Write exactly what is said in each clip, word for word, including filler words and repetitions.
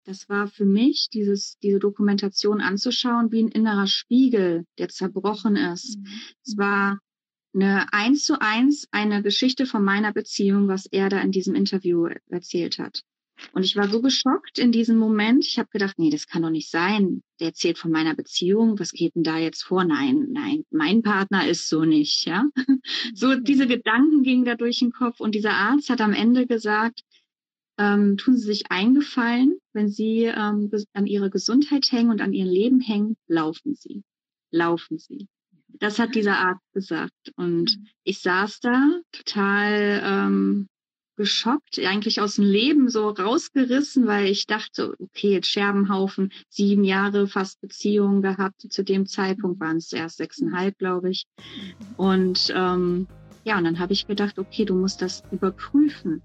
das war für mich, dieses, diese Dokumentation anzuschauen, wie ein innerer Spiegel, der zerbrochen ist. Mhm. Es war eine eins zu eins eine Geschichte von meiner Beziehung, was er da in diesem Interview erzählt hat. Und ich war so geschockt in diesem Moment. Ich habe gedacht, nee, das kann doch nicht sein. Der erzählt von meiner Beziehung. Was geht denn da jetzt vor? Nein, nein, mein Partner ist so nicht, ja. So diese Gedanken gingen da durch den Kopf. Und dieser Arzt hat am Ende gesagt, ähm, tun Sie sich einen Gefallen, wenn Sie ähm, ges- an Ihrer Gesundheit hängen und an Ihrem Leben hängen, laufen Sie. Laufen Sie. Das hat dieser Arzt gesagt. Und ich saß da total ähm, geschockt, eigentlich aus dem Leben so rausgerissen, weil ich dachte, okay, jetzt Scherbenhaufen, sieben Jahre fast Beziehung gehabt. Zu dem Zeitpunkt waren es erst sechseinhalb, glaube ich. Und ähm, ja, und dann habe ich gedacht, okay, du musst das überprüfen.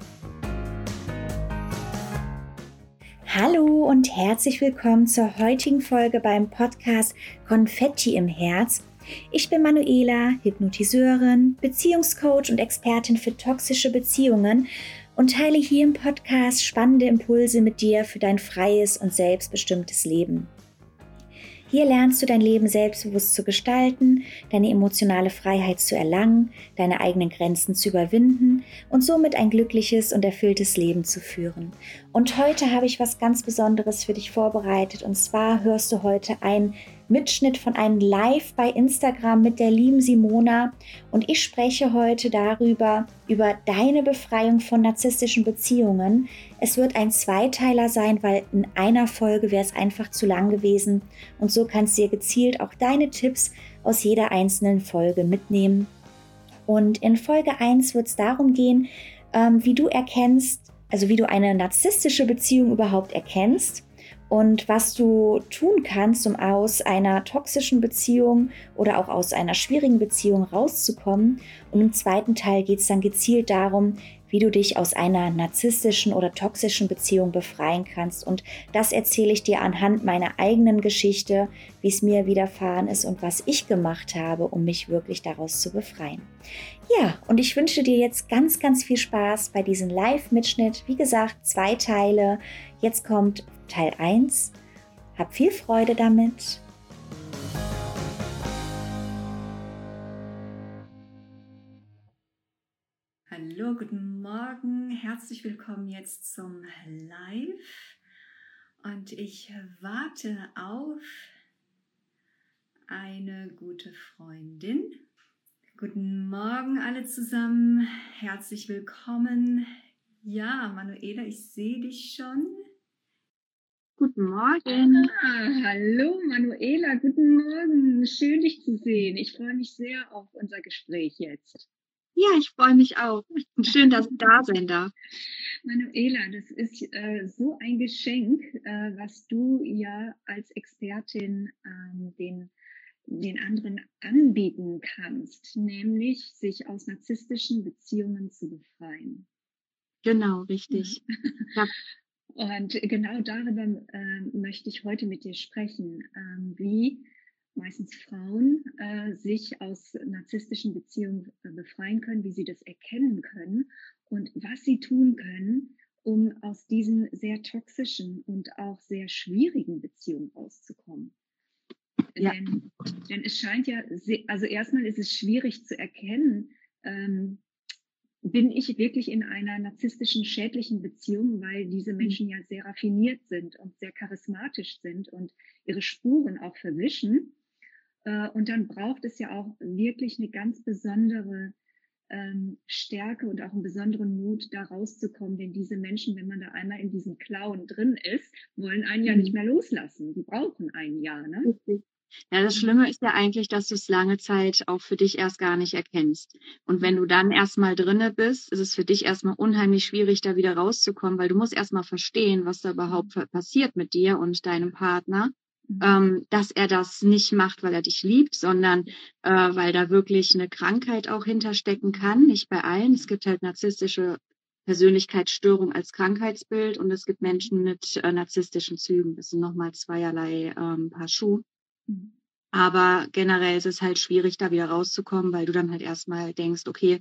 Hallo und herzlich willkommen zur heutigen Folge beim Podcast Konfetti im Herz. Ich bin Manuela, Hypnotiseurin, Beziehungscoach und Expertin für toxische Beziehungen und teile hier im Podcast spannende Impulse mit dir für dein freies und selbstbestimmtes Leben. Hier lernst du dein Leben selbstbewusst zu gestalten, deine emotionale Freiheit zu erlangen, deine eigenen Grenzen zu überwinden und somit ein glückliches und erfülltes Leben zu führen. Und heute habe ich was ganz Besonderes für dich vorbereitet, und zwar hörst du heute einen Mitschnitt von einem Live bei Instagram mit der lieben Simona, und ich spreche heute darüber, über deine Befreiung von narzisstischen Beziehungen. Es wird ein Zweiteiler sein, weil in einer Folge wäre es einfach zu lang gewesen, und so kannst du dir gezielt auch deine Tipps aus jeder einzelnen Folge mitnehmen. Und in Folge eins wird es darum gehen, ähm, wie du erkennst, also wie du eine narzisstische Beziehung überhaupt erkennst und was du tun kannst, um aus einer toxischen Beziehung oder auch aus einer schwierigen Beziehung rauszukommen. Und im zweiten Teil geht es dann gezielt darum, wie du dich aus einer narzisstischen oder toxischen Beziehung befreien kannst. Und das erzähle ich dir anhand meiner eigenen Geschichte, wie es mir widerfahren ist und was ich gemacht habe, um mich wirklich daraus zu befreien. Ja, und ich wünsche dir jetzt ganz, ganz viel Spaß bei diesem Live-Mitschnitt. Wie gesagt, zwei Teile. Jetzt kommt Teil eins. Hab viel Freude damit. Hallo, guten Morgen, herzlich willkommen jetzt zum Live, und ich warte auf eine gute Freundin. Guten Morgen alle zusammen, herzlich willkommen. Ja, Manuela, ich sehe dich schon. Guten Morgen. Ah, hallo Manuela, guten Morgen. Schön, dich zu sehen. Ich freue mich sehr auf unser Gespräch jetzt. Ja, ich freue mich auch. Schön, dass ich da sein darf. Manuela, das ist äh, so ein Geschenk, äh, was du ja als Expertin ähm, den, den anderen anbieten kannst, nämlich sich aus narzisstischen Beziehungen zu befreien. Genau, richtig. Ja. Und genau darüber äh, möchte ich heute mit dir sprechen, ähm, wie meistens Frauen äh, sich aus narzisstischen Beziehungen äh, befreien können, wie sie das erkennen können und was sie tun können, um aus diesen sehr toxischen und auch sehr schwierigen Beziehungen rauszukommen. Ja. Denn, denn es scheint ja, sehr, also erstmal ist es schwierig zu erkennen, ähm, bin ich wirklich in einer narzisstischen, schädlichen Beziehung, weil diese Menschen ja sehr raffiniert sind und sehr charismatisch sind und ihre Spuren auch verwischen. Und dann braucht es ja auch wirklich eine ganz besondere ähm, Stärke und auch einen besonderen Mut, da rauszukommen. Denn diese Menschen, wenn man da einmal in diesem Klauen drin ist, wollen einen ja nicht mehr loslassen. Die brauchen einen ja, ne? Richtig. Ja, das Schlimme ist ja eigentlich, dass du es lange Zeit auch für dich erst gar nicht erkennst. Und wenn du dann erstmal drinne bist, ist es für dich erstmal unheimlich schwierig, da wieder rauszukommen, weil du musst erstmal verstehen, was da überhaupt passiert mit dir und deinem Partner, Mhm. ähm, dass er das nicht macht, weil er dich liebt, sondern äh, weil da wirklich eine Krankheit auch hinterstecken kann. Nicht bei allen. Es gibt halt narzisstische Persönlichkeitsstörung als Krankheitsbild, und es gibt Menschen mit äh, narzisstischen Zügen. Das sind nochmal zweierlei ähm, Paar Schuh. Mhm. Aber generell ist es halt schwierig, da wieder rauszukommen, weil du dann halt erstmal denkst, okay,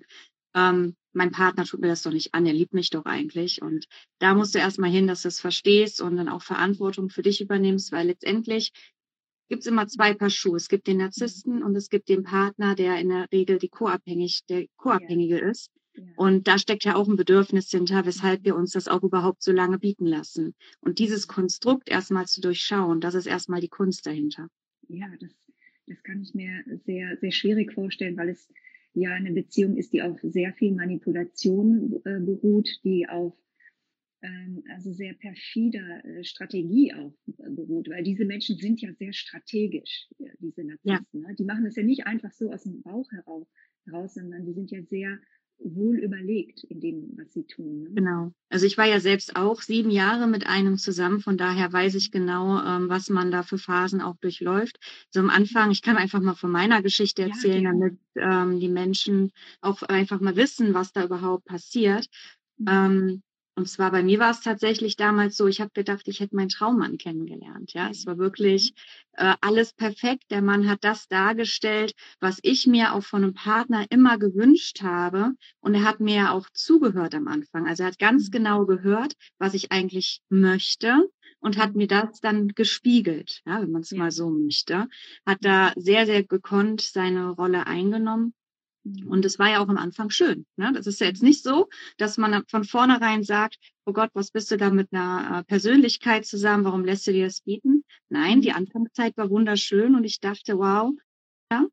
ähm, mein Partner tut mir das doch nicht an, er liebt mich doch eigentlich. Und da musst du erstmal hin, dass du es verstehst und dann auch Verantwortung für dich übernimmst, weil letztendlich gibt es immer zwei Paar Schuhe. Es gibt den Narzissten und es gibt den Partner, der in der Regel die Co-abhängig, der Co-Abhängige ja. ist. Ja. Und da steckt ja auch ein Bedürfnis hinter, weshalb wir uns das auch überhaupt so lange bieten lassen. Und dieses Konstrukt erstmal zu durchschauen, das ist erstmal die Kunst dahinter. Ja, das, das kann ich mir sehr, sehr schwierig vorstellen, weil es ja eine Beziehung ist, die auf sehr viel Manipulation äh, beruht, die auf ähm, also sehr perfider äh, Strategie auch äh, beruht, weil diese Menschen sind ja sehr strategisch, äh, diese Narzissten. Ja. Ne? Die machen das ja nicht einfach so aus dem Bauch heraus, heraus, sondern die sind ja sehr wohl überlegt in dem, was sie tun. Ne? Genau. Also ich war ja selbst auch sieben Jahre mit einem zusammen, von daher weiß ich genau, ähm, was man da für Phasen auch durchläuft. So am Anfang, ich kann einfach mal von meiner Geschichte erzählen, ja, damit ähm, die Menschen auch einfach mal wissen, was da überhaupt passiert. Mhm. Ähm, Und zwar bei mir war es tatsächlich damals so, ich habe gedacht, ich hätte meinen Traummann kennengelernt. Ja, es war wirklich äh, alles perfekt. Der Mann hat das dargestellt, was ich mir auch von einem Partner immer gewünscht habe. Und er hat mir auch zugehört am Anfang. Also er hat ganz genau gehört, was ich eigentlich möchte und hat mir das dann gespiegelt, ja, wenn man es mal so möchte. Hat da sehr, sehr gekonnt seine Rolle eingenommen. Und es war ja auch am Anfang schön. Ne? Das ist ja jetzt nicht so, dass man von vornherein sagt, oh Gott, was bist du da mit einer Persönlichkeit zusammen? Warum lässt du dir das bieten? Nein, die Anfangszeit war wunderschön und ich dachte, wow. Ja.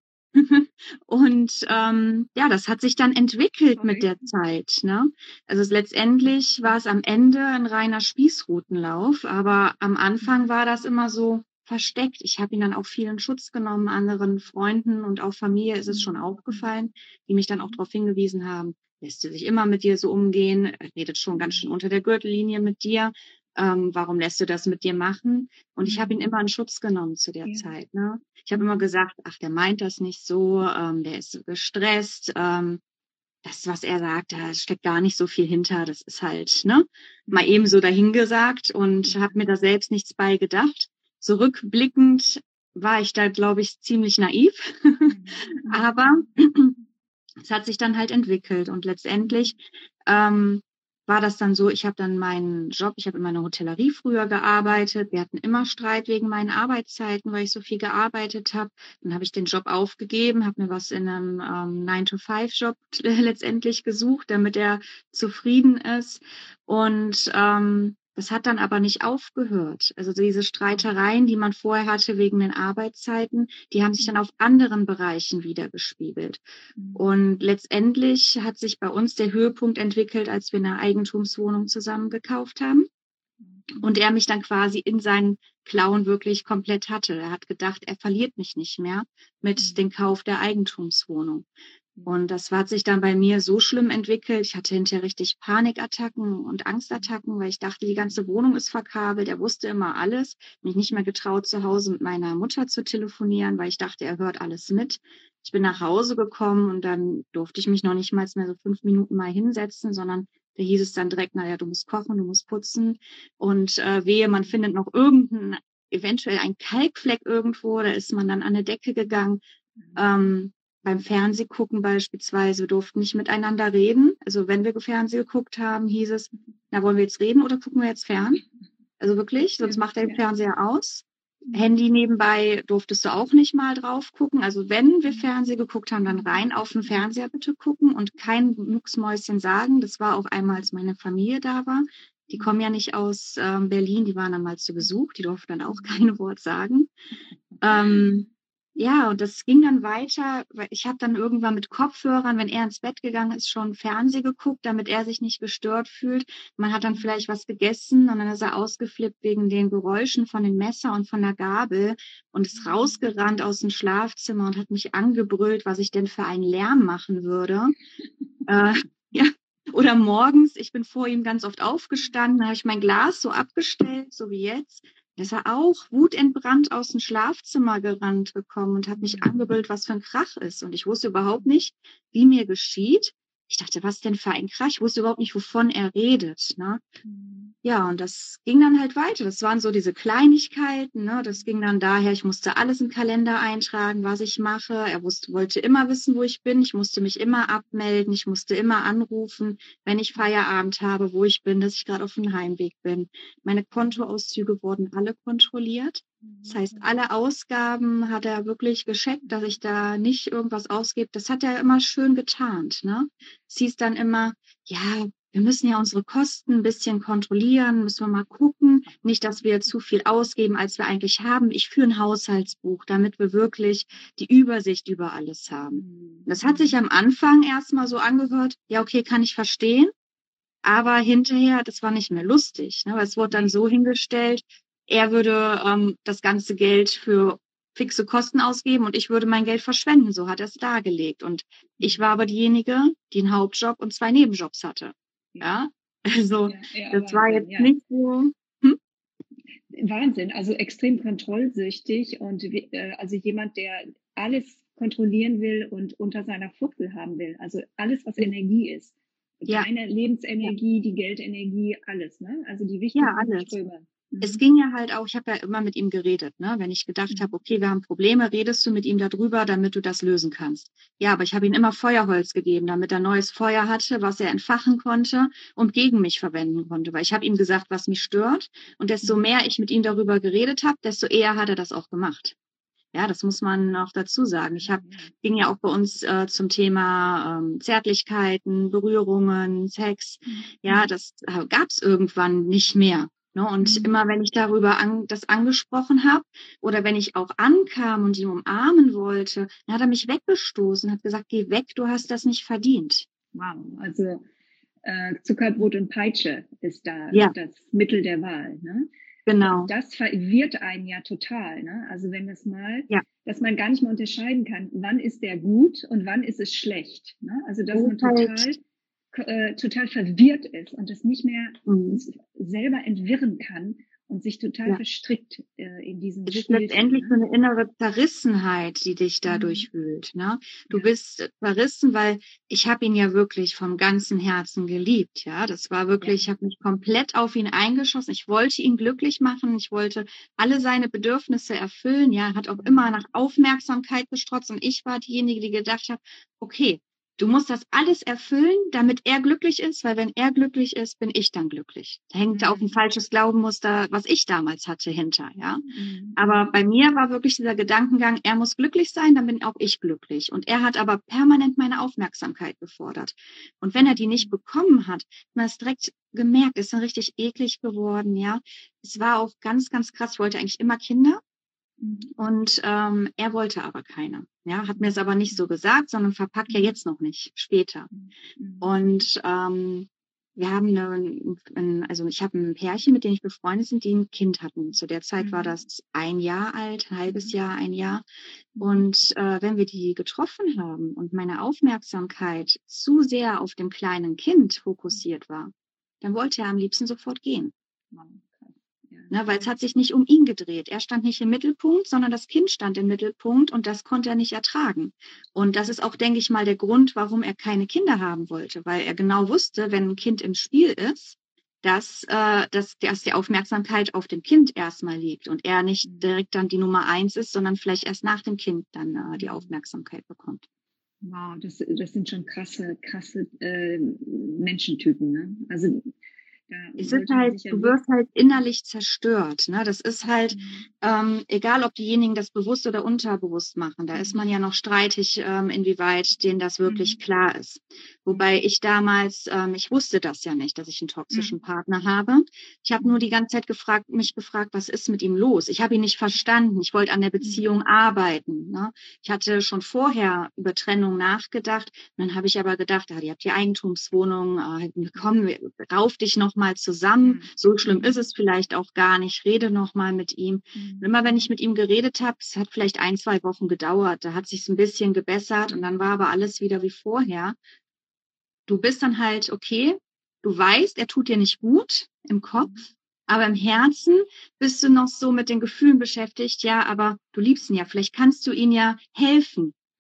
Und ähm, ja, das hat sich dann entwickelt okay. mit der Zeit. Ne? Also es, letztendlich war es am Ende ein reiner Spießrutenlauf, aber am Anfang war das immer so versteckt. Ich habe ihn dann auch viel in Schutz genommen, anderen Freunden und auch Familie ist es schon aufgefallen, die mich dann auch darauf hingewiesen haben, lässt du sich immer mit dir so umgehen, er redet schon ganz schön unter der Gürtellinie mit dir, ähm, warum lässt du das mit dir machen? Und ich habe ihn immer in Schutz genommen zu der ja. Zeit. Ne? Ich habe immer gesagt, ach, der meint das nicht so, ähm, der ist gestresst, ähm, das, was er sagt, da steckt gar nicht so viel hinter, das ist halt ne mal eben so dahingesagt und habe mir da selbst nichts bei gedacht. Zurückblickend war ich da, glaube ich, ziemlich naiv. Aber es hat sich dann halt entwickelt. Und letztendlich ähm, war das dann so, ich habe dann meinen Job, ich habe in meiner Hotellerie früher gearbeitet. Wir hatten immer Streit wegen meinen Arbeitszeiten, weil ich so viel gearbeitet habe. Dann habe ich den Job aufgegeben, habe mir was in einem ähm, nine to five Job letztendlich gesucht, damit er zufrieden ist. Und ähm, das hat dann aber nicht aufgehört. Also diese Streitereien, die man vorher hatte wegen den Arbeitszeiten, die haben sich dann auf anderen Bereichen wiedergespiegelt. Und letztendlich hat sich bei uns der Höhepunkt entwickelt, als wir eine Eigentumswohnung zusammen gekauft haben. Und er mich dann quasi in seinen Klauen wirklich komplett hatte. Er hat gedacht, er verliert mich nicht mehr mit dem Kauf der Eigentumswohnung. Und das hat sich dann bei mir so schlimm entwickelt. Ich hatte hinterher richtig Panikattacken und Angstattacken, weil ich dachte, die ganze Wohnung ist verkabelt. Er wusste immer alles. Mich nicht mehr getraut, zu Hause mit meiner Mutter zu telefonieren, weil ich dachte, er hört alles mit. Ich bin nach Hause gekommen und dann durfte ich mich noch nicht mal mehr so fünf Minuten mal hinsetzen, sondern da hieß es dann direkt, naja, du musst kochen, du musst putzen. Und äh, wehe, man findet noch irgendeinen, eventuell einen Kalkfleck irgendwo. Da ist man dann an eine Decke gegangen. Ähm, Beim Fernsehgucken beispielsweise, wir durften nicht miteinander reden. Also wenn wir Fernsehen geguckt haben, hieß es, na, wollen wir jetzt reden oder gucken wir jetzt fern? Also wirklich, sonst macht der Fernseher aus. Handy nebenbei durftest du auch nicht mal drauf gucken. Also wenn wir Fernsehen geguckt haben, dann rein auf den Fernseher bitte gucken und kein Mucksmäuschen sagen. Das war auch einmal, als meine Familie da war. Die kommen ja nicht aus ähm, Berlin, die waren dann mal zu Besuch. Die durften dann auch kein Wort sagen. Ähm, Ja, und das ging dann weiter, weil ich habe dann irgendwann mit Kopfhörern, wenn er ins Bett gegangen ist, schon Fernsehen geguckt, damit er sich nicht gestört fühlt. Man hat dann vielleicht was gegessen und dann ist er ausgeflippt wegen den Geräuschen von dem Messer und von der Gabel und ist rausgerannt aus dem Schlafzimmer und hat mich angebrüllt, was ich denn für einen Lärm machen würde. äh, ja. Oder morgens, ich bin vor ihm ganz oft aufgestanden, da habe ich mein Glas so abgestellt, so wie jetzt. Da ist er auch wutentbrannt aus dem Schlafzimmer gerannt gekommen und hat mich angebrüllt, was für ein Krach ist. Und ich wusste überhaupt nicht, wie mir geschieht. ich dachte, was denn für ein Krach? Ich wusste überhaupt nicht, wovon er redet, ne? Mhm. Ja, und das ging dann halt weiter. Das waren so diese Kleinigkeiten, ne? Das ging dann daher, ich musste alles im Kalender eintragen, was ich mache. Er wusste, wollte immer wissen, wo ich bin. Ich musste mich immer abmelden. Ich musste immer anrufen, wenn ich Feierabend habe, wo ich bin, dass ich gerade auf dem Heimweg bin. Meine Kontoauszüge wurden alle kontrolliert. Das heißt, alle Ausgaben hat er wirklich gecheckt, dass ich da nicht irgendwas ausgebe. Das hat er immer schön getarnt, ne? Es hieß dann immer, ja, wir müssen ja unsere Kosten ein bisschen kontrollieren, müssen wir mal gucken. Nicht, dass wir zu viel ausgeben, als wir eigentlich haben. Ich führe ein Haushaltsbuch, damit wir wirklich die Übersicht über alles haben. Das hat sich am Anfang erstmal so angehört, ja, okay, kann ich verstehen. Aber hinterher, das war nicht mehr lustig, ne? Weil es wurde dann so hingestellt, er würde ähm, das ganze Geld für fixe Kosten ausgeben und ich würde mein Geld verschwenden. So hat er es dargelegt. Und ich war aber diejenige, die einen Hauptjob und zwei Nebenjobs hatte. Ja, also Ja, ja, das war Wahnsinn, jetzt ja. nicht so. Hm? Wahnsinn, also extrem kontrollsüchtig und wie- äh, also jemand, der alles kontrollieren will und unter seiner Fuchtel haben will. Also alles, was Ja. Energie ist. Ja. Deine Lebensenergie, die Geldenergie, alles, ne? Also die Ja, wichtigen alles. Ströme. Es Mhm. ging ja halt auch, ich habe ja immer mit ihm geredet, ne? Wenn ich gedacht Mhm. habe, okay, wir haben Probleme, redest du mit ihm darüber, damit du das lösen kannst. Ja, aber ich habe ihm immer Feuerholz gegeben, damit er neues Feuer hatte, was er entfachen konnte und gegen mich verwenden konnte. Weil ich habe ihm gesagt, was mich stört. Und desto Mhm. mehr ich mit ihm darüber geredet habe, desto eher hat er das auch gemacht. Ja, das muss man noch dazu sagen. Ich habe, Ja. ging ja auch bei uns äh, zum Thema ähm, Zärtlichkeiten, Berührungen, Sex. Mhm. Ja, das äh, gab es irgendwann nicht mehr. Ne? Und Mhm. immer wenn ich darüber an, das angesprochen habe oder wenn ich auch ankam und ihn umarmen wollte, dann hat er mich weggestoßen, hat gesagt, geh weg, du hast das nicht verdient. Wow, also äh, Zuckerbrot und Peitsche ist da Ja. das Mittel der Wahl, ne? Genau. Und das verwirrt einen ja total, ne? Also wenn das mal, Ja. dass man gar nicht mehr unterscheiden kann, wann ist der gut und wann ist es schlecht, ne? Also dass Das man ist halt- total äh, total verwirrt ist und das nicht mehr Mhm. selber entwirren kann und sich total Ja. verstrickt äh, in diesem Es ist Spielchen, letztendlich so ne? eine innere Zerrissenheit, die dich dadurch Mhm. fühlt. Ne? Du Ja. bist zerrissen, weil ich habe ihn ja wirklich vom ganzen Herzen geliebt. Ja, das war wirklich, ich Ja. habe mich komplett auf ihn eingeschossen. Ich wollte ihn glücklich machen. Ich wollte alle seine Bedürfnisse erfüllen. Ja, er hat auch immer nach Aufmerksamkeit gestrotzt und ich war diejenige, die gedacht hat, okay, du musst das alles erfüllen, damit er glücklich ist, weil wenn er glücklich ist, bin ich dann glücklich. Da hängt ja auch ein Mhm. falsches Glaubenmuster, was ich damals hatte, hinter, ja. Mhm. Aber bei mir war wirklich dieser Gedankengang, er muss glücklich sein, dann bin auch ich glücklich. Und er hat aber permanent meine Aufmerksamkeit gefordert. Und wenn er die nicht bekommen hat, man hat es direkt gemerkt, ist dann richtig eklig geworden, ja. Es war auch ganz, ganz krass. Ich wollte eigentlich immer Kinder. Mhm. Und ähm, er wollte aber keine. Ja, hat mir es aber nicht so gesagt, sondern verpackt ja jetzt noch nicht, später. Mhm. Und ähm, wir haben eine, ein, also ich habe ein Pärchen, mit denen ich befreundet sind, die ein Kind hatten. Zu der Zeit Mhm. war das ein Jahr alt, ein halbes Mhm. Jahr, ein Jahr. Mhm. Und äh, wenn wir die getroffen haben und meine Aufmerksamkeit zu sehr auf dem kleinen Kind fokussiert war, dann wollte er am liebsten sofort gehen. Wow, krass. Ja. Ne, weil es hat sich nicht um ihn gedreht. Er stand nicht im Mittelpunkt, sondern das Kind stand im Mittelpunkt und das konnte er nicht ertragen. Und das ist auch, denke ich mal, der Grund, warum er keine Kinder haben wollte, weil er genau wusste, wenn ein Kind im Spiel ist, dass, äh, dass, dass die Aufmerksamkeit auf dem Kind erstmal liegt und er nicht direkt dann die Nummer eins ist, sondern vielleicht erst nach dem Kind dann äh, die Aufmerksamkeit bekommt. Wow, das, das sind schon krasse, krasse äh, Menschentypen, ne? Also da Es ist sollte man halt, sich ja du wirklich- wirst halt innerlich zerstört. Ne? Das ist halt, Mhm. ähm, egal ob diejenigen das bewusst oder unterbewusst machen, da ist man ja noch streitig, ähm, inwieweit denen das wirklich Mhm. klar ist. Wobei ich damals, ähm, ich wusste das ja nicht, dass ich einen toxischen Mhm. Partner habe. Ich habe nur die ganze Zeit gefragt, mich gefragt, was ist mit ihm los? Ich habe ihn nicht verstanden. Ich wollte an der Beziehung arbeiten. Ne? Ich hatte schon vorher über Trennung nachgedacht. Und dann habe ich aber gedacht, ah, ihr habt die Eigentumswohnung, äh, komm, rauf dich noch mal zusammen. Mhm. So schlimm Mhm. ist es vielleicht auch gar nicht. Rede noch mal mit ihm. Mhm. Und immer wenn ich mit ihm geredet habe, es hat vielleicht ein, zwei Wochen gedauert, da hat sich ein bisschen gebessert und dann war aber alles wieder wie vorher. Du bist dann halt, okay, du weißt, er tut dir nicht gut im Kopf, aber im Herzen bist du noch so mit den Gefühlen beschäftigt, ja, aber du liebst ihn ja, vielleicht kannst du ihn ja helfen.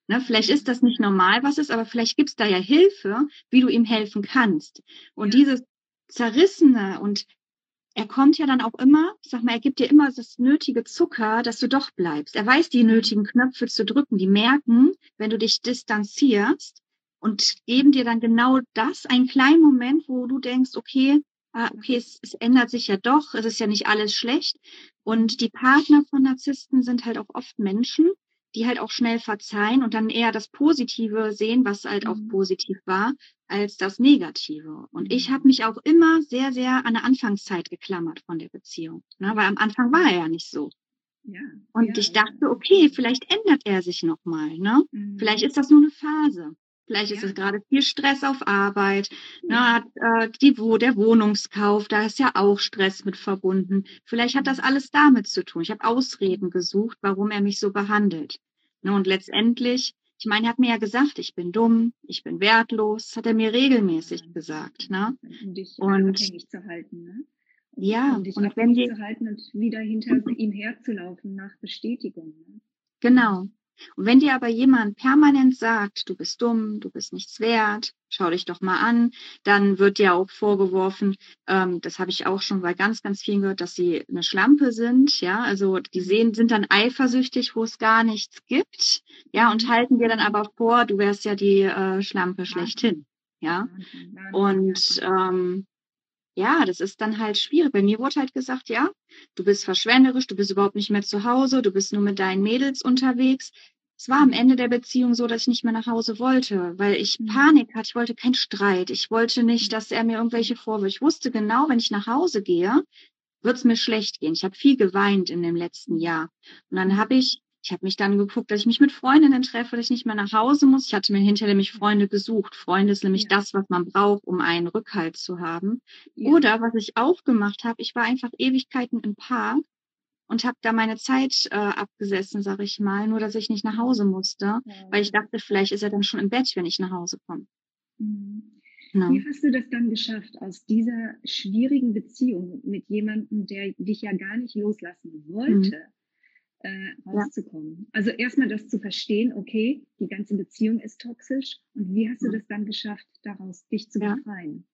Ne, vielleicht ist das nicht normal, was ist, aber vielleicht gibt es da ja Hilfe, wie du ihm helfen kannst. Und Ja. dieses Zerrissene und er kommt ja dann auch immer, ich sag mal, er gibt dir immer das nötige Zucker, dass du doch bleibst. Er weiß, die nötigen Knöpfe zu drücken. Die merken, wenn du dich distanzierst und geben dir dann genau das, einen kleinen Moment, wo du denkst, okay, ah, okay, es, es ändert sich ja doch, es ist ja nicht alles schlecht. Und die Partner von Narzissten sind halt auch oft Menschen, die halt auch schnell verzeihen und dann eher das Positive sehen, was halt auch Mhm. positiv war, als das Negative. Und ich Mhm. habe mich auch immer sehr, sehr an der Anfangszeit geklammert von der Beziehung, ne? Weil am Anfang war er ja nicht so. Ja, Und ja, ich ja. dachte, okay, vielleicht ändert er sich nochmal, ne? Mhm. Vielleicht ist das nur eine Phase. Vielleicht ist Ja. es gerade viel Stress auf Arbeit, ne? Ja. Hat, äh, die, wo, der Wohnungskauf, da ist ja auch Stress mit verbunden. Vielleicht hat das alles damit zu tun. Ich habe Ausreden gesucht, warum er mich so behandelt. Ne? Und letztendlich, ich meine, er hat mir ja gesagt, ich bin dumm, ich bin wertlos, das hat er mir regelmäßig gesagt, ne? Um dich äh, Und abhängig zu halten, ne? Um, ja, um dich und wenn abhängig die, zu halten und wieder hinter ihm herzulaufen nach Bestätigung. Ne? genau. Und wenn dir aber jemand permanent sagt, du bist dumm, du bist nichts wert, schau dich doch mal an, dann wird dir auch vorgeworfen, ähm, das habe ich auch schon bei ganz, ganz vielen gehört, dass sie eine Schlampe sind, ja, also die sehen, sind dann eifersüchtig, wo es gar nichts gibt, ja, und halten dir dann aber vor, du wärst ja die äh, Schlampe schlechthin, ja. Wahnsinn, Wahnsinn, Und ja. ähm, ja, das ist dann halt schwierig. Bei mir wurde halt gesagt, ja, du bist verschwenderisch, du bist überhaupt nicht mehr zu Hause, du bist nur mit deinen Mädels unterwegs. Es war am Ende der Beziehung so, dass ich nicht mehr nach Hause wollte, weil ich Mhm. Panik hatte. Ich wollte keinen Streit. Ich wollte nicht, dass er mir irgendwelche Vorwürfe. Ich wusste genau, wenn ich nach Hause gehe, wird es mir schlecht gehen. Ich habe viel geweint in dem letzten Jahr. Und dann habe ich, ich habe mich dann geguckt, dass ich mich mit Freundinnen treffe, dass ich nicht mehr nach Hause muss. Ich hatte mir hinterher nämlich Freunde gesucht. Freunde ist nämlich Ja. das, was man braucht, um einen Rückhalt zu haben. Ja. Oder was ich auch gemacht habe, ich war einfach Ewigkeiten im Park und habe da meine Zeit äh, abgesessen, sag ich mal, nur dass ich nicht nach Hause musste, weil ich dachte, vielleicht ist er dann schon im Bett, wenn ich nach Hause komme. Mhm. Ne? Wie hast du das dann geschafft, aus dieser schwierigen Beziehung mit jemandem, der dich ja gar nicht loslassen wollte, Mhm. äh, Ja. rauszukommen? Also erstmal das zu verstehen, okay, die ganze Beziehung ist toxisch. Und wie hast du das dann geschafft, daraus dich zu Ja. befreien?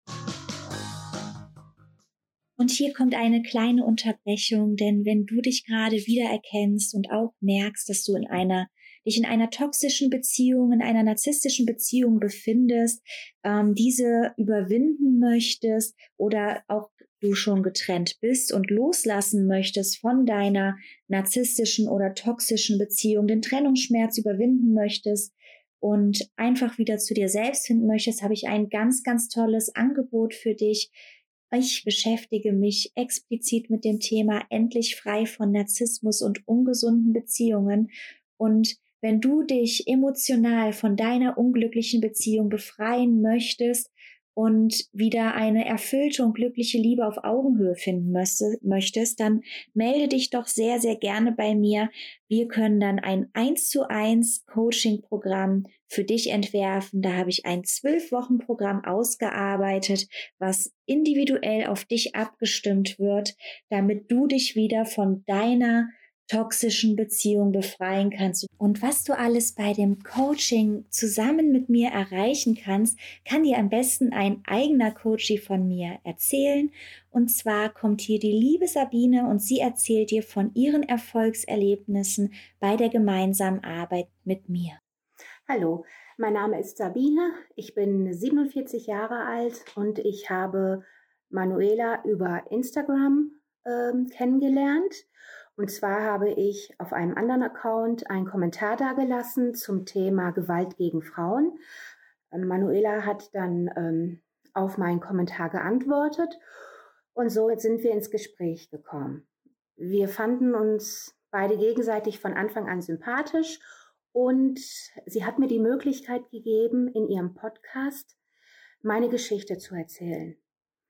Und hier kommt eine kleine Unterbrechung, denn wenn du dich gerade wiedererkennst und auch merkst, dass du in einer, dich in einer toxischen Beziehung, in einer narzisstischen Beziehung befindest, ähm, diese überwinden möchtest oder auch du schon getrennt bist und loslassen möchtest von deiner narzisstischen oder toxischen Beziehung, den Trennungsschmerz überwinden möchtest und einfach wieder zu dir selbst finden möchtest, habe ich ein ganz, ganz tolles Angebot für dich. Ich beschäftige mich explizit mit dem Thema endlich frei von Narzissmus und ungesunden Beziehungen. Und wenn du dich emotional von deiner unglücklichen Beziehung befreien möchtest und wieder eine erfüllte und glückliche Liebe auf Augenhöhe finden möchtest, dann melde dich doch sehr, sehr gerne bei mir. Wir können dann ein eins zu eins Coaching-Programm für dich entwerfen. Da habe ich ein zwölf Wochen Programm ausgearbeitet, was individuell auf dich abgestimmt wird, damit du dich wieder von deiner toxischen Beziehung befreien kannst. Und was du alles bei dem Coaching zusammen mit mir erreichen kannst, kann dir am besten ein eigener Coachie von mir erzählen. Und zwar kommt hier die liebe Sabine und sie erzählt dir von ihren Erfolgserlebnissen bei der gemeinsamen Arbeit mit mir. Hallo, mein Name ist Sabine, ich bin siebenundvierzig Jahre alt und ich habe Manuela über Instagram ähm, kennengelernt. Und zwar habe ich auf einem anderen Account einen Kommentar dagelassen zum Thema Gewalt gegen Frauen. Ähm, Manuela hat dann ähm, auf meinen Kommentar geantwortet und so sind wir ins Gespräch gekommen. Wir fanden uns beide gegenseitig von Anfang an sympathisch. Und sie hat mir die Möglichkeit gegeben, in ihrem Podcast meine Geschichte zu erzählen.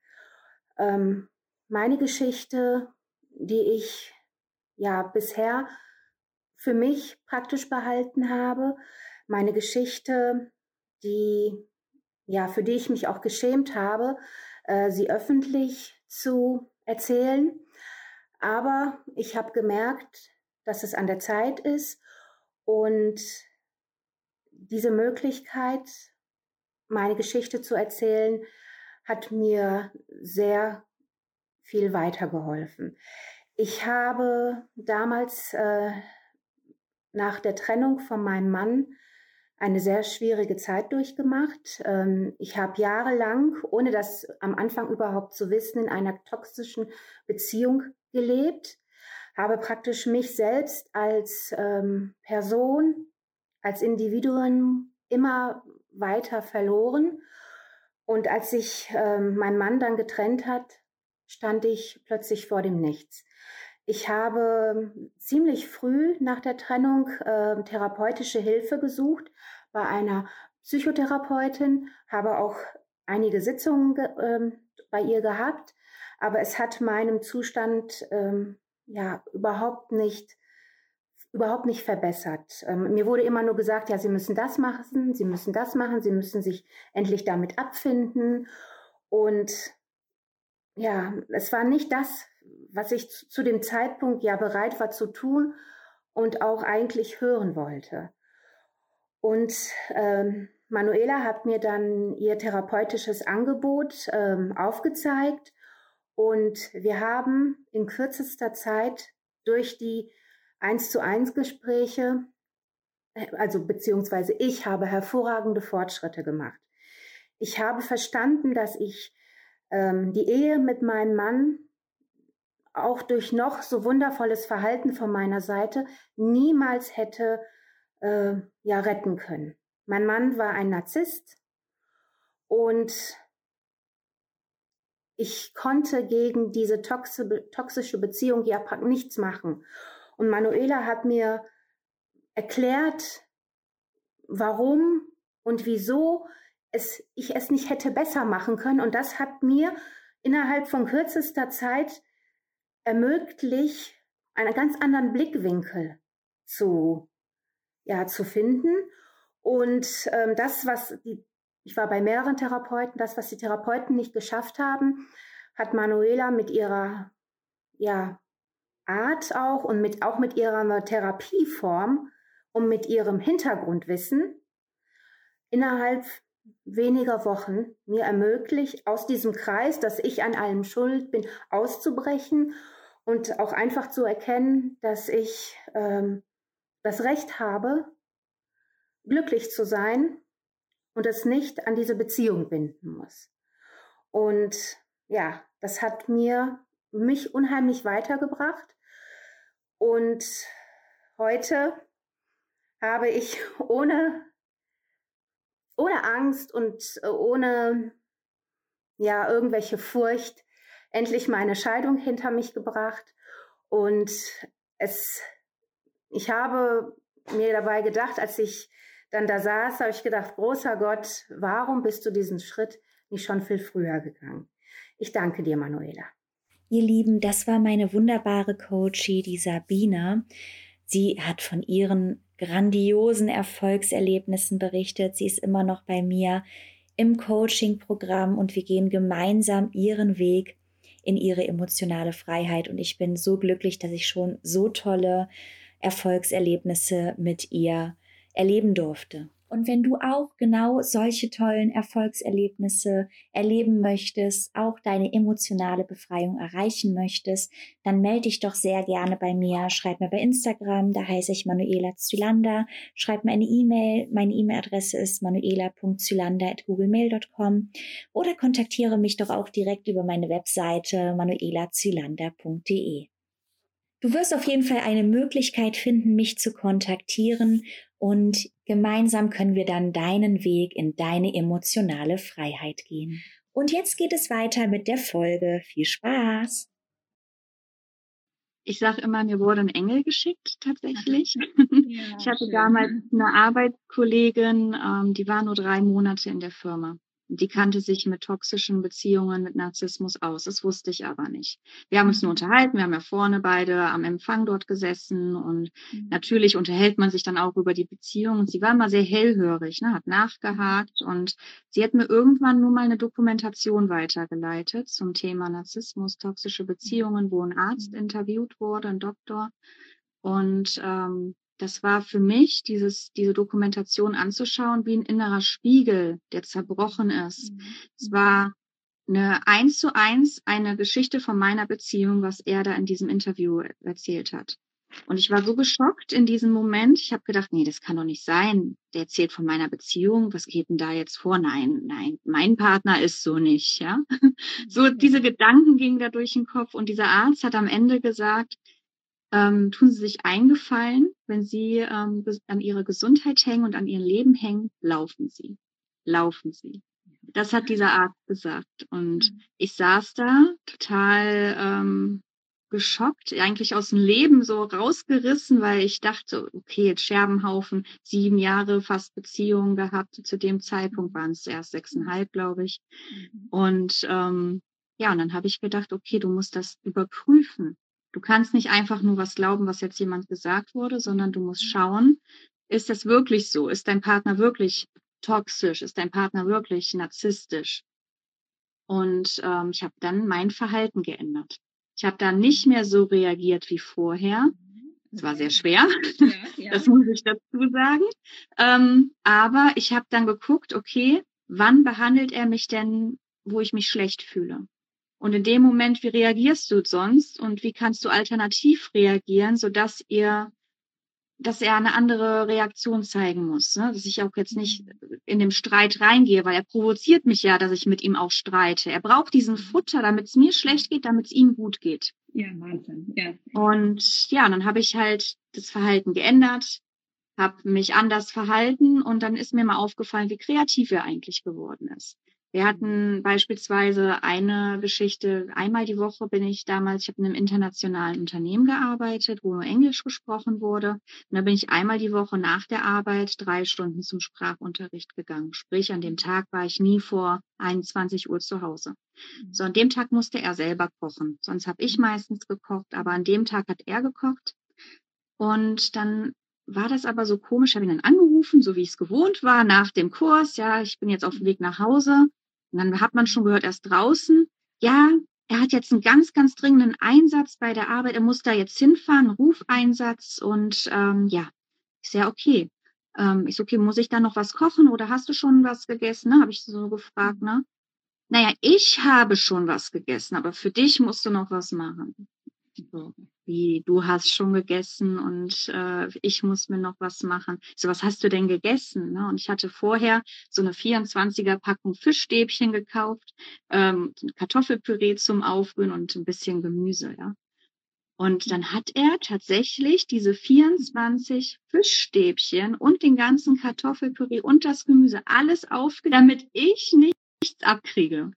Ähm, meine Geschichte, die ich ja bisher für mich praktisch behalten habe. Meine Geschichte, die, ja, für die ich mich auch geschämt habe, äh, sie öffentlich zu erzählen. Aber ich habe gemerkt, dass es an der Zeit ist und diese Möglichkeit, meine Geschichte zu erzählen, hat mir sehr viel weitergeholfen. Ich habe damals äh, nach der Trennung von meinem Mann eine sehr schwierige Zeit durchgemacht. Ähm, ich habe jahrelang, ohne das am Anfang überhaupt zu wissen, in einer toxischen Beziehung gelebt, habe praktisch mich selbst als ähm, Person, als Individuum immer weiter verloren. Und als sich ähm, mein Mann dann getrennt hat, stand ich plötzlich vor dem Nichts. Ich habe ziemlich früh nach der Trennung äh, therapeutische Hilfe gesucht bei einer Psychotherapeutin, habe auch einige Sitzungen ge- ähm, bei ihr gehabt, aber es hat meinem Zustand ähm, ja überhaupt nicht überhaupt nicht verbessert. Ähm, mir wurde immer nur gesagt, ja, Sie müssen das machen, Sie müssen das machen, Sie müssen sich endlich damit abfinden. Und ja, es war nicht das, was ich zu, zu dem Zeitpunkt ja bereit war zu tun und auch eigentlich hören wollte. Und ähm, Manuela hat mir dann ihr therapeutisches Angebot ähm, aufgezeigt und wir haben in kürzester Zeit durch die eins zu eins Gespräche, also beziehungsweise ich habe hervorragende Fortschritte gemacht. Ich habe verstanden, dass ich ähm, die Ehe mit meinem Mann auch durch noch so wundervolles Verhalten von meiner Seite niemals hätte äh, ja retten können. Mein Mann war ein Narzisst und ich konnte gegen diese toxische Beziehung ja nichts machen. Und Manuela hat mir erklärt, warum und wieso es, ich es nicht hätte besser machen können. Und das hat mir innerhalb von kürzester Zeit ermöglicht, einen ganz anderen Blickwinkel zu, ja, zu finden. Und ähm, das, was die, ich war bei mehreren Therapeuten, das, was die Therapeuten nicht geschafft haben, hat Manuela mit ihrer ja, Art auch und mit, auch mit ihrer Therapieform und mit ihrem Hintergrundwissen innerhalb weniger Wochen mir ermöglicht, aus diesem Kreis, dass ich an allem schuld bin, auszubrechen und auch einfach zu erkennen, dass ich ähm, das Recht habe, glücklich zu sein und es nicht an diese Beziehung binden muss. Und ja, das hat mir mich unheimlich weitergebracht. Und heute habe ich ohne, ohne Angst und ohne ja, irgendwelche Furcht endlich meine Scheidung hinter mich gebracht. Und es, ich habe mir dabei gedacht, als ich dann da saß, habe ich gedacht, großer Gott, warum bist du diesen Schritt nicht schon viel früher gegangen? Ich danke dir, Manuela. Ihr Lieben, das war meine wunderbare Coachie, die Sabine. Sie hat von ihren grandiosen Erfolgserlebnissen berichtet. Sie ist immer noch bei mir im Coaching-Programm und wir gehen gemeinsam ihren Weg in ihre emotionale Freiheit. Und ich bin so glücklich, dass ich schon so tolle Erfolgserlebnisse mit ihr erleben durfte. Und wenn du auch genau solche tollen Erfolgserlebnisse erleben möchtest, auch deine emotionale Befreiung erreichen möchtest, dann melde dich doch sehr gerne bei mir. Schreib mir bei Instagram, da heiße ich Manuela Zylander. Schreib mir eine E-Mail. Meine E-Mail-Adresse ist manuela punkt zylander at googlemail punkt com oder kontaktiere mich doch auch direkt über meine Webseite manuela zylander punkt de. Du wirst auf jeden Fall eine Möglichkeit finden, mich zu kontaktieren und gemeinsam können wir dann deinen Weg in deine emotionale Freiheit gehen. Und jetzt geht es weiter mit der Folge. Viel Spaß! Ich sage immer, mir wurde ein Engel geschickt, tatsächlich. Ja, ich hatte schön. damals eine Arbeitskollegin, ähm, die war nur drei Monate in der Firma. Die kannte sich mit toxischen Beziehungen, mit Narzissmus aus. Das wusste ich aber nicht. Wir haben uns nur unterhalten. Wir haben ja vorne beide am Empfang dort gesessen. Und Mhm. natürlich unterhält man sich dann auch über die Beziehung. Und sie war immer sehr hellhörig, ne, hat nachgehakt. Und sie hat mir irgendwann nur mal eine Dokumentation weitergeleitet zum Thema Narzissmus, toxische Beziehungen, wo ein Arzt interviewt wurde, ein Doktor. Und ähm, das war für mich, dieses, diese Dokumentation anzuschauen, wie ein innerer Spiegel, der zerbrochen ist. Mhm. Es war eine eins zu eins eine Geschichte von meiner Beziehung, was er da in diesem Interview erzählt hat. Und ich war so geschockt in diesem Moment. Ich habe gedacht, nee, das kann doch nicht sein. Der erzählt von meiner Beziehung. Was geht denn da jetzt vor? Nein, nein, mein Partner ist so nicht, ja. So diese Gedanken gingen da durch den Kopf. Und dieser Arzt hat am Ende gesagt, ähm, tun Sie sich einen Gefallen, wenn Sie ähm, an Ihrer Gesundheit hängen und an Ihrem Leben hängen, laufen Sie. Laufen Sie. Das hat dieser Arzt gesagt. Und ich saß da total ähm, geschockt, eigentlich aus dem Leben so rausgerissen, weil ich dachte, okay, jetzt Scherbenhaufen, sieben Jahre fast Beziehung gehabt. Zu dem Zeitpunkt waren es erst sechseinhalb, glaube ich. Und ähm, ja, und dann habe ich gedacht, okay, du musst das überprüfen. Du kannst nicht einfach nur was glauben, was jetzt jemand gesagt wurde, sondern du musst schauen, ist das wirklich so? Ist dein Partner wirklich toxisch? Ist dein Partner wirklich narzisstisch? Und ähm, ich habe dann mein Verhalten geändert. Ich habe dann nicht mehr so reagiert wie vorher. Es war sehr schwer, Ja, ja. das muss ich dazu sagen. Ähm, aber ich habe dann geguckt, okay, wann behandelt er mich denn, wo ich mich schlecht fühle? Und in dem Moment, wie reagierst du sonst und wie kannst du alternativ reagieren, sodass ihr, dass er eine andere Reaktion zeigen muss, ne? Dass ich auch jetzt nicht in dem Streit reingehe, weil er provoziert mich ja, dass ich mit ihm auch streite. Er braucht diesen Futter, damit es mir schlecht geht, damit es ihm gut geht. Ja, Wahnsinn. Ja. Und ja, dann habe ich halt das Verhalten geändert, habe mich anders verhalten und dann ist mir mal aufgefallen, wie kreativ er eigentlich geworden ist. Wir hatten beispielsweise eine Geschichte, einmal die Woche bin ich damals, ich habe in einem internationalen Unternehmen gearbeitet, wo nur Englisch gesprochen wurde. Und da bin ich einmal die Woche nach der Arbeit drei Stunden zum Sprachunterricht gegangen. Sprich, an dem Tag war ich nie vor einundzwanzig Uhr zu Hause. So, an dem Tag musste er selber kochen. Sonst habe ich meistens gekocht, aber an dem Tag hat er gekocht. Und dann war das aber so komisch, habe ihn dann angerufen, so wie ich es gewohnt war, nach dem Kurs. Ja, ich bin jetzt auf dem Weg nach Hause. Und dann hat man schon gehört, erst draußen, ja, er hat jetzt einen ganz, ganz dringenden Einsatz bei der Arbeit. Er muss da jetzt hinfahren, Rufeinsatz. Und ähm, ja, ist ja okay. Ähm, ist okay, muss ich da noch was kochen oder hast du schon was gegessen? Ne? Habe ich so gefragt, ne? Naja, ich habe schon was gegessen, aber für dich musst du noch was machen. So, wie, du hast schon gegessen und äh, ich muss mir noch was machen. So, was hast du denn gegessen? Ne? Und ich hatte vorher so eine vierundzwanziger Packung Fischstäbchen gekauft, ähm, Kartoffelpüree zum Aufrühren und ein bisschen Gemüse, ja. Und dann hat er tatsächlich diese vierundzwanzig Fischstäbchen und den ganzen Kartoffelpüree und das Gemüse alles aufgegessen, damit ich nichts abkriege.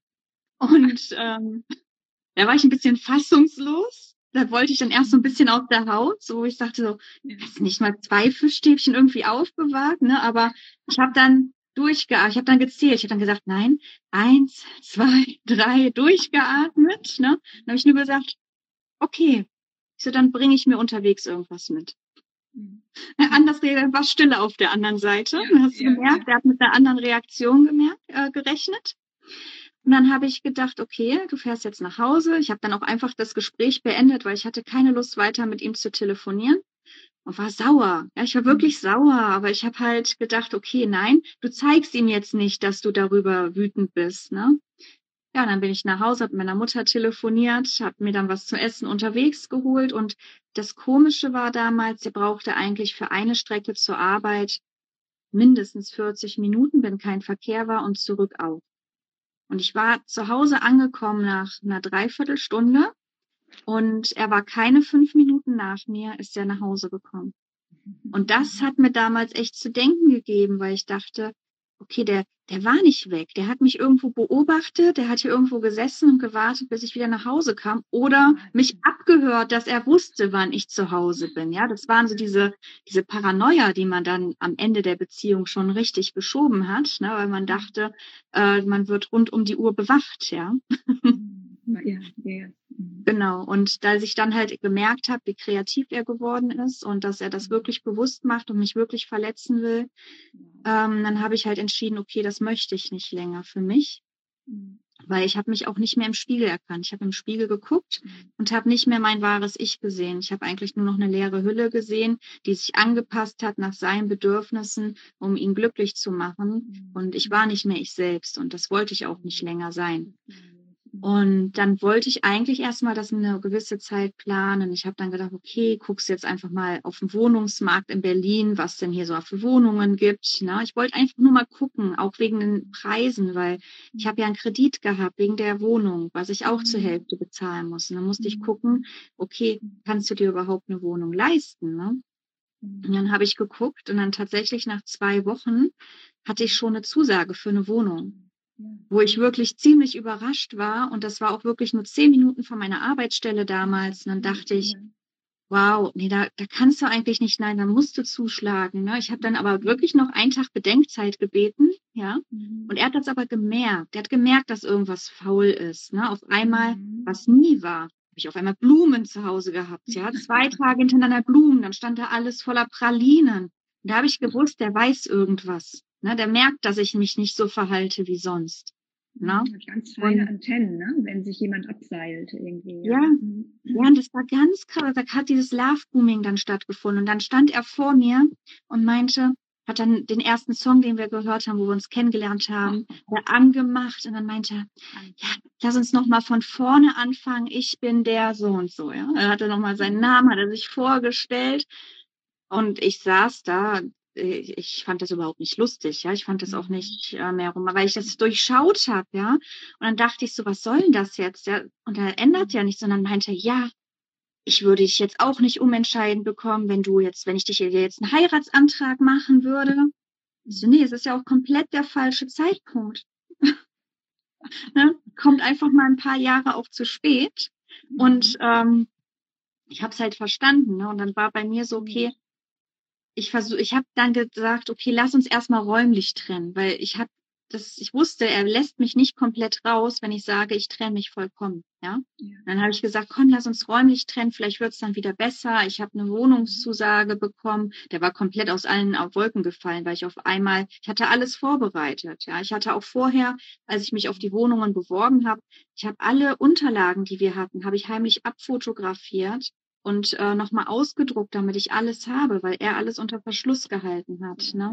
Und ähm, da war ich ein bisschen fassungslos. Da wollte ich dann erst so ein bisschen aus der Haut, so ich dachte so, hast nicht mal zwei Fischstäbchen irgendwie aufbewahrt, ne? Aber ich habe dann durchgeatmet, ich habe dann gezählt, ich habe dann gesagt, nein, eins, zwei, drei, durchgeatmet, ne? Dann habe ich nur gesagt, okay, so dann bringe ich mir unterwegs irgendwas mit. Mhm. Anders war Stille auf der anderen Seite. Ja, dann hast du ja, gemerkt, ja. Er hat mit einer anderen Reaktion gemerkt, äh, gerechnet. Und dann habe ich gedacht, okay, du fährst jetzt nach Hause. Ich habe dann auch einfach das Gespräch beendet, weil ich hatte keine Lust, weiter mit ihm zu telefonieren und war sauer. Ja, ich war wirklich mhm. sauer, aber ich habe halt gedacht, okay, nein, du zeigst ihm jetzt nicht, dass du darüber wütend bist, ne? Ja, dann bin ich nach Hause, habe mit meiner Mutter telefoniert, habe mir dann was zu essen unterwegs geholt und das Komische war damals, er brauchte eigentlich für eine Strecke zur Arbeit mindestens vierzig Minuten, wenn kein Verkehr war und zurück auch. Und ich war zu Hause angekommen nach einer Dreiviertelstunde und er war keine fünf Minuten nach mir, ist er nach Hause gekommen. Und das hat mir damals echt zu denken gegeben, weil ich dachte, okay, der, der war nicht weg, der hat mich irgendwo beobachtet, der hat hier irgendwo gesessen und gewartet, bis ich wieder nach Hause kam oder mich abgehört, dass er wusste, wann ich zu Hause bin. Ja, das waren so diese, diese Paranoia, die man dann am Ende der Beziehung schon richtig geschoben hat, ne, weil man dachte, äh, man wird rund um die Uhr bewacht, ja. Ja, ja. Genau, und da ich dann halt gemerkt habe, wie kreativ er geworden ist und dass er das wirklich bewusst macht und mich wirklich verletzen will, ähm, dann habe ich halt entschieden, okay, das möchte ich nicht länger für mich. Weil ich habe mich auch nicht mehr im Spiegel erkannt. Ich habe im Spiegel geguckt und habe nicht mehr mein wahres Ich gesehen. Ich habe eigentlich nur noch eine leere Hülle gesehen, die sich angepasst hat nach seinen Bedürfnissen, um ihn glücklich zu machen. Und ich war nicht mehr ich selbst und das wollte ich auch nicht länger sein. Und dann wollte ich eigentlich erstmal das eine gewisse Zeit planen. Ich habe dann gedacht, okay, guckst jetzt einfach mal auf den Wohnungsmarkt in Berlin, was denn hier so für Wohnungen gibt. Ne? Ich wollte einfach nur mal gucken, auch wegen den Preisen, weil ich habe ja einen Kredit gehabt wegen der Wohnung, was ich auch zur Hälfte bezahlen muss. Und dann musste ich gucken, okay, kannst du dir überhaupt eine Wohnung leisten? Ne? Und dann habe ich geguckt und dann tatsächlich nach zwei Wochen hatte ich schon eine Zusage für eine Wohnung, wo ich wirklich ziemlich überrascht war. Und das war auch wirklich nur zehn Minuten von meiner Arbeitsstelle damals. Und dann dachte ich, wow, nee, da, da kannst du eigentlich nicht, nein, da musst du zuschlagen. Ne? Ich habe dann aber wirklich noch einen Tag Bedenkzeit gebeten, ja. Und er hat das aber gemerkt. Er hat gemerkt, dass irgendwas faul ist. Ne? Auf einmal, was nie war, habe ich auf einmal Blumen zu Hause gehabt. Ja, zwei Tage hintereinander Blumen, dann stand da alles voller Pralinen. Und da habe ich gewusst, der weiß irgendwas. Ne? Der merkt, dass ich mich nicht so verhalte wie sonst. Ne? Ganz feine Antennen, ne? Wenn sich jemand abseilt irgendwie. Ja, ja, und das war ganz krass. Da hat dieses Love-Booming dann stattgefunden. Und dann stand er vor mir und meinte, hat dann den ersten Song, den wir gehört haben, wo wir uns kennengelernt haben, der angemacht. Und dann meinte er, ja, lass uns nochmal von vorne anfangen. Ich bin der so und so. Ja, er hatte nochmal seinen Namen, hat er sich vorgestellt. Und ich saß da. Ich fand das überhaupt nicht lustig, ja. Ich fand das auch nicht äh, mehr rum, weil ich das durchschaut habe, ja. Und dann dachte ich so, was soll denn das jetzt? Ja? Und er ändert ja nichts, sondern meinte, ja, ich würde dich jetzt auch nicht umentscheiden bekommen, wenn du jetzt, wenn ich dich dir jetzt einen Heiratsantrag machen würde. Ich so, nee, es ist ja auch komplett der falsche Zeitpunkt. Ne? Kommt einfach mal ein paar Jahre auch zu spät. Und ähm, ich habe es halt verstanden, ne? Und dann war bei mir so, okay, ich versuche, ich habe dann gesagt, okay, lass uns erstmal räumlich trennen, weil ich habe das, ich wusste, er lässt mich nicht komplett raus, wenn ich sage, ich trenne mich vollkommen, ja. ja. Dann habe ich gesagt, komm, lass uns räumlich trennen, vielleicht wird es dann wieder besser. Ich habe eine Wohnungszusage bekommen, der war komplett aus allen auf Wolken gefallen, weil ich auf einmal, ich hatte alles vorbereitet, ja. Ich hatte auch vorher, als ich mich auf die Wohnungen beworben habe, ich habe alle Unterlagen, die wir hatten, habe ich heimlich abfotografiert und äh, nochmal ausgedruckt, damit ich alles habe, weil er alles unter Verschluss gehalten hat. Ne?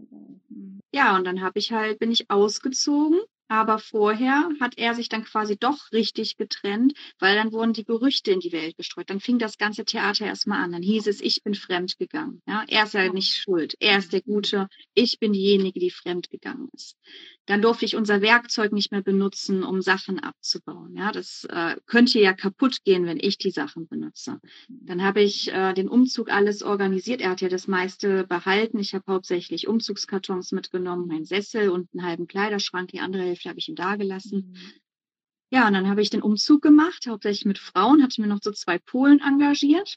Ja, und dann habe ich halt, bin ich ausgezogen, aber vorher hat er sich dann quasi doch richtig getrennt, weil dann wurden die Gerüchte in die Welt gestreut. Dann fing das ganze Theater erstmal an. Dann hieß es, ich bin fremdgegangen. Ja? Er ist ja nicht schuld. Er ist der Gute. Ich bin diejenige, die fremdgegangen ist. Dann durfte ich unser Werkzeug nicht mehr benutzen, um Sachen abzubauen. Ja, das äh, könnte ja kaputt gehen, wenn ich die Sachen benutze. Dann habe ich äh, den Umzug alles organisiert. Er hat ja das meiste behalten. Ich habe hauptsächlich Umzugskartons mitgenommen, meinen Sessel und einen halben Kleiderschrank. Die andere Hälfte habe ich ihm da gelassen. Ja, und dann habe ich den Umzug gemacht, hauptsächlich mit Frauen, hatte mir noch so zwei Polen engagiert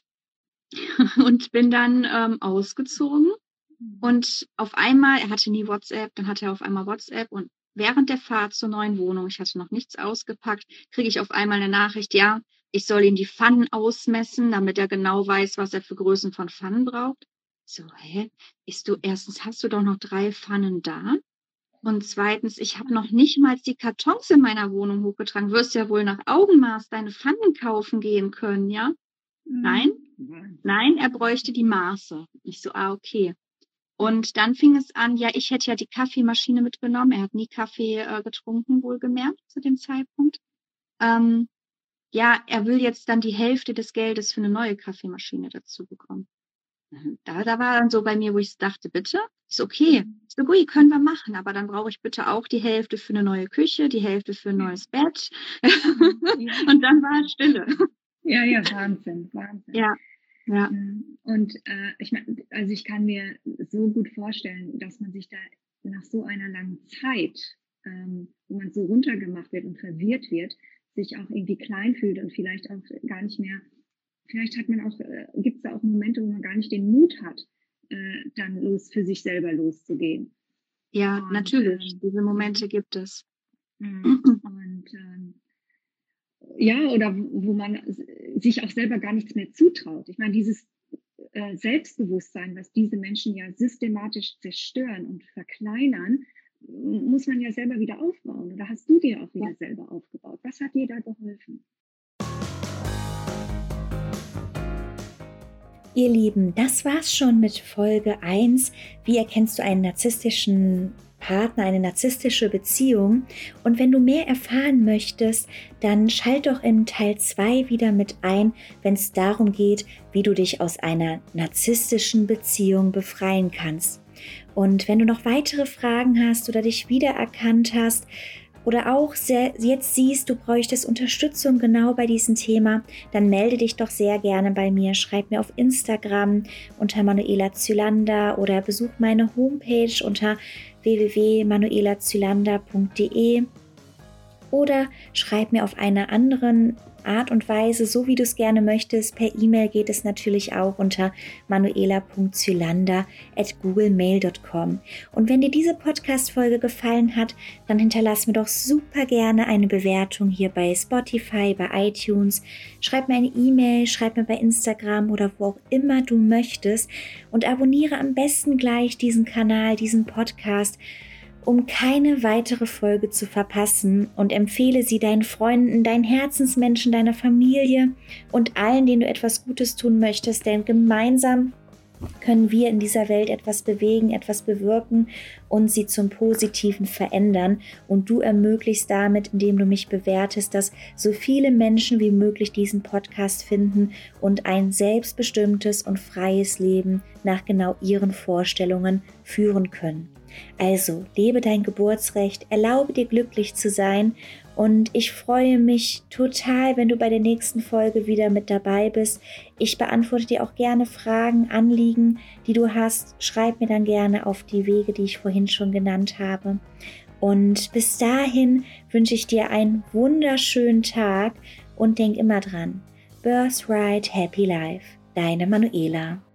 und bin dann ähm, ausgezogen. Und auf einmal, er hatte nie WhatsApp, dann hatte er auf einmal WhatsApp und während der Fahrt zur neuen Wohnung, ich hatte noch nichts ausgepackt, kriege ich auf einmal eine Nachricht, ja, ich soll ihm die Pfannen ausmessen, damit er genau weiß, was er für Größen von Pfannen braucht. So, hä? Ist du, erstens hast du doch noch drei Pfannen da und zweitens, ich habe noch nicht mal die Kartons in meiner Wohnung hochgetragen, wirst ja wohl nach Augenmaß deine Pfannen kaufen gehen können, ja? Mhm. Nein? Nein, er bräuchte die Maße. Ich so, ah, okay. Und dann fing es an, ja, ich hätte ja die Kaffeemaschine mitgenommen. Er hat nie Kaffee äh, getrunken, wohlgemerkt, zu dem Zeitpunkt. Ähm, ja, er will jetzt dann die Hälfte des Geldes für eine neue Kaffeemaschine dazu bekommen. Da, da war dann so bei mir, wo ich dachte, bitte? Ist okay. Ist so gut, können wir machen, aber dann brauche ich bitte auch die Hälfte für eine neue Küche, die Hälfte für ein neues Bett. Und dann war es Stille. Ja, ja, Wahnsinn, Wahnsinn. Ja. Ja. Und äh, ich meine, also ich kann mir so gut vorstellen, dass man sich da nach so einer langen Zeit, ähm, wo man so runtergemacht wird und verwirrt wird, sich auch irgendwie klein fühlt und vielleicht auch gar nicht mehr, vielleicht hat man auch, äh, gibt es da auch Momente, wo man gar nicht den Mut hat, äh, dann los für sich selber loszugehen. Ja, und, natürlich, ähm, diese Momente gibt es. Und ähm, ja, oder wo man sich auch selber gar nichts mehr zutraut. Ich meine, dieses äh, Selbstbewusstsein, was diese Menschen ja systematisch zerstören und verkleinern, muss man ja selber wieder aufbauen. Oder hast du dir auch wieder ja. selber aufgebaut? Was hat dir da geholfen? Ihr Lieben, das war's schon mit Folge eins. Wie erkennst du einen narzisstischen Partner, eine narzisstische Beziehung? Und wenn du mehr erfahren möchtest, dann schalt doch in Teil zwei wieder mit ein, wenn es darum geht, wie du dich aus einer narzisstischen Beziehung befreien kannst. Und wenn du noch weitere Fragen hast oder dich wiedererkannt hast, oder auch sehr, jetzt siehst, du bräuchtest Unterstützung genau bei diesem Thema, dann melde dich doch sehr gerne bei mir. Schreib mir auf Instagram unter Manuela Zylander oder besuch meine Homepage unter w w w punkt manuela zylander punkt d e oder schreib mir auf einer anderen Art und Weise, so wie du es gerne möchtest. Per E-Mail geht es natürlich auch unter manuela punkt zylander at googlemail punkt com. Und wenn dir diese Podcast-Folge gefallen hat, dann hinterlass mir doch super gerne eine Bewertung hier bei Spotify, bei iTunes. Schreib mir eine E-Mail, schreib mir bei Instagram oder wo auch immer du möchtest und abonniere am besten gleich diesen Kanal, diesen Podcast, um keine weitere Folge zu verpassen, und empfehle sie deinen Freunden, deinen Herzensmenschen, deiner Familie und allen, denen du etwas Gutes tun möchtest, denn gemeinsam können wir in dieser Welt etwas bewegen, etwas bewirken und sie zum Positiven verändern. Und du ermöglichst damit, indem du mich bewertest, dass so viele Menschen wie möglich diesen Podcast finden und ein selbstbestimmtes und freies Leben nach genau ihren Vorstellungen führen können. Also, lebe dein Geburtsrecht, erlaube dir glücklich zu sein, und ich freue mich total, wenn du bei der nächsten Folge wieder mit dabei bist. Ich beantworte dir auch gerne Fragen, Anliegen, die du hast. Schreib mir dann gerne auf die Wege, die ich vorhin schon genannt habe. Und bis dahin wünsche ich dir einen wunderschönen Tag und denk immer dran: Birthright Happy Life, deine Manuela.